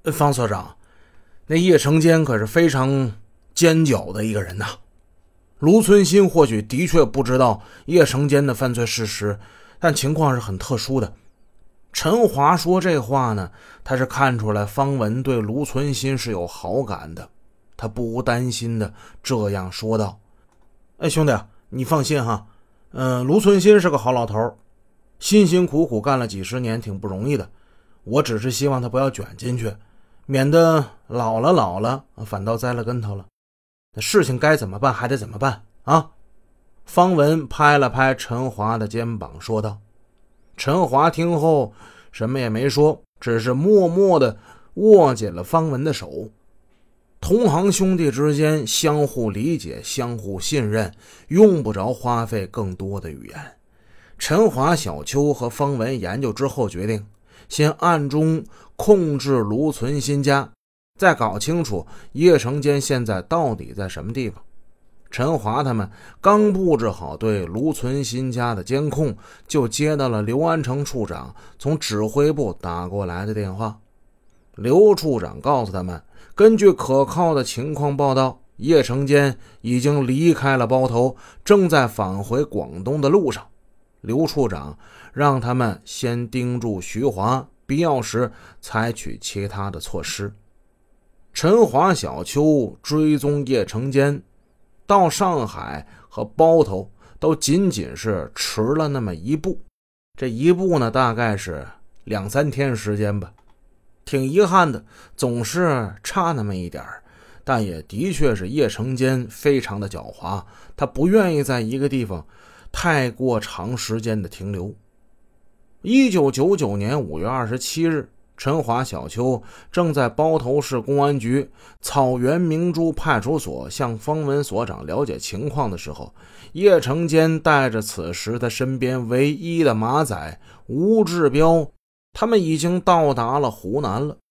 方所长，那叶成坚可是非常奸狡的一个人呐。卢存心或许的确不知道叶成坚的犯罪事实，但情况是很特殊的。陈华说这话呢，他是看出来方文对卢存心是有好感的，他不无担心的这样说道：兄弟，你放心哈，卢存心是个好老头，辛辛苦苦干了几十年，挺不容易的。我只是希望他不要卷进去，免得老了反倒栽了跟头了。那事情该怎么办还得怎么办啊。方文拍了拍陈华的肩膀说道。陈华听后什么也没说，只是默默地握紧了方文的手。同行兄弟之间相互理解，相互信任，用不着花费更多的语言。陈华、小邱和方文研究之后决定，先暗中控制卢存心家，再搞清楚叶成坚现在到底在什么地方。陈华他们刚布置好对卢存心家的监控，就接到了刘安成处长从指挥部打过来的电话。刘处长告诉他们，根据可靠的情况报道，叶成坚已经离开了包头，正在返回广东的路上。刘处长让他们先盯住徐华，必要时采取其他的措施。陈华、小邱追踪叶成坚到上海和包头都仅仅是迟了那么一步，这一步呢，大概是2-3天时间吧。挺遗憾的，总是差那么一点，但也的确是叶成坚非常的狡猾，他不愿意在一个地方太过长时间的停留。1999年5月27日，陈华、小邱正在包头市公安局草原明珠派出所向方文所长了解情况的时候，叶成坚带着此时他身边唯一的马仔吴志彪，他们已经到达了湖南了。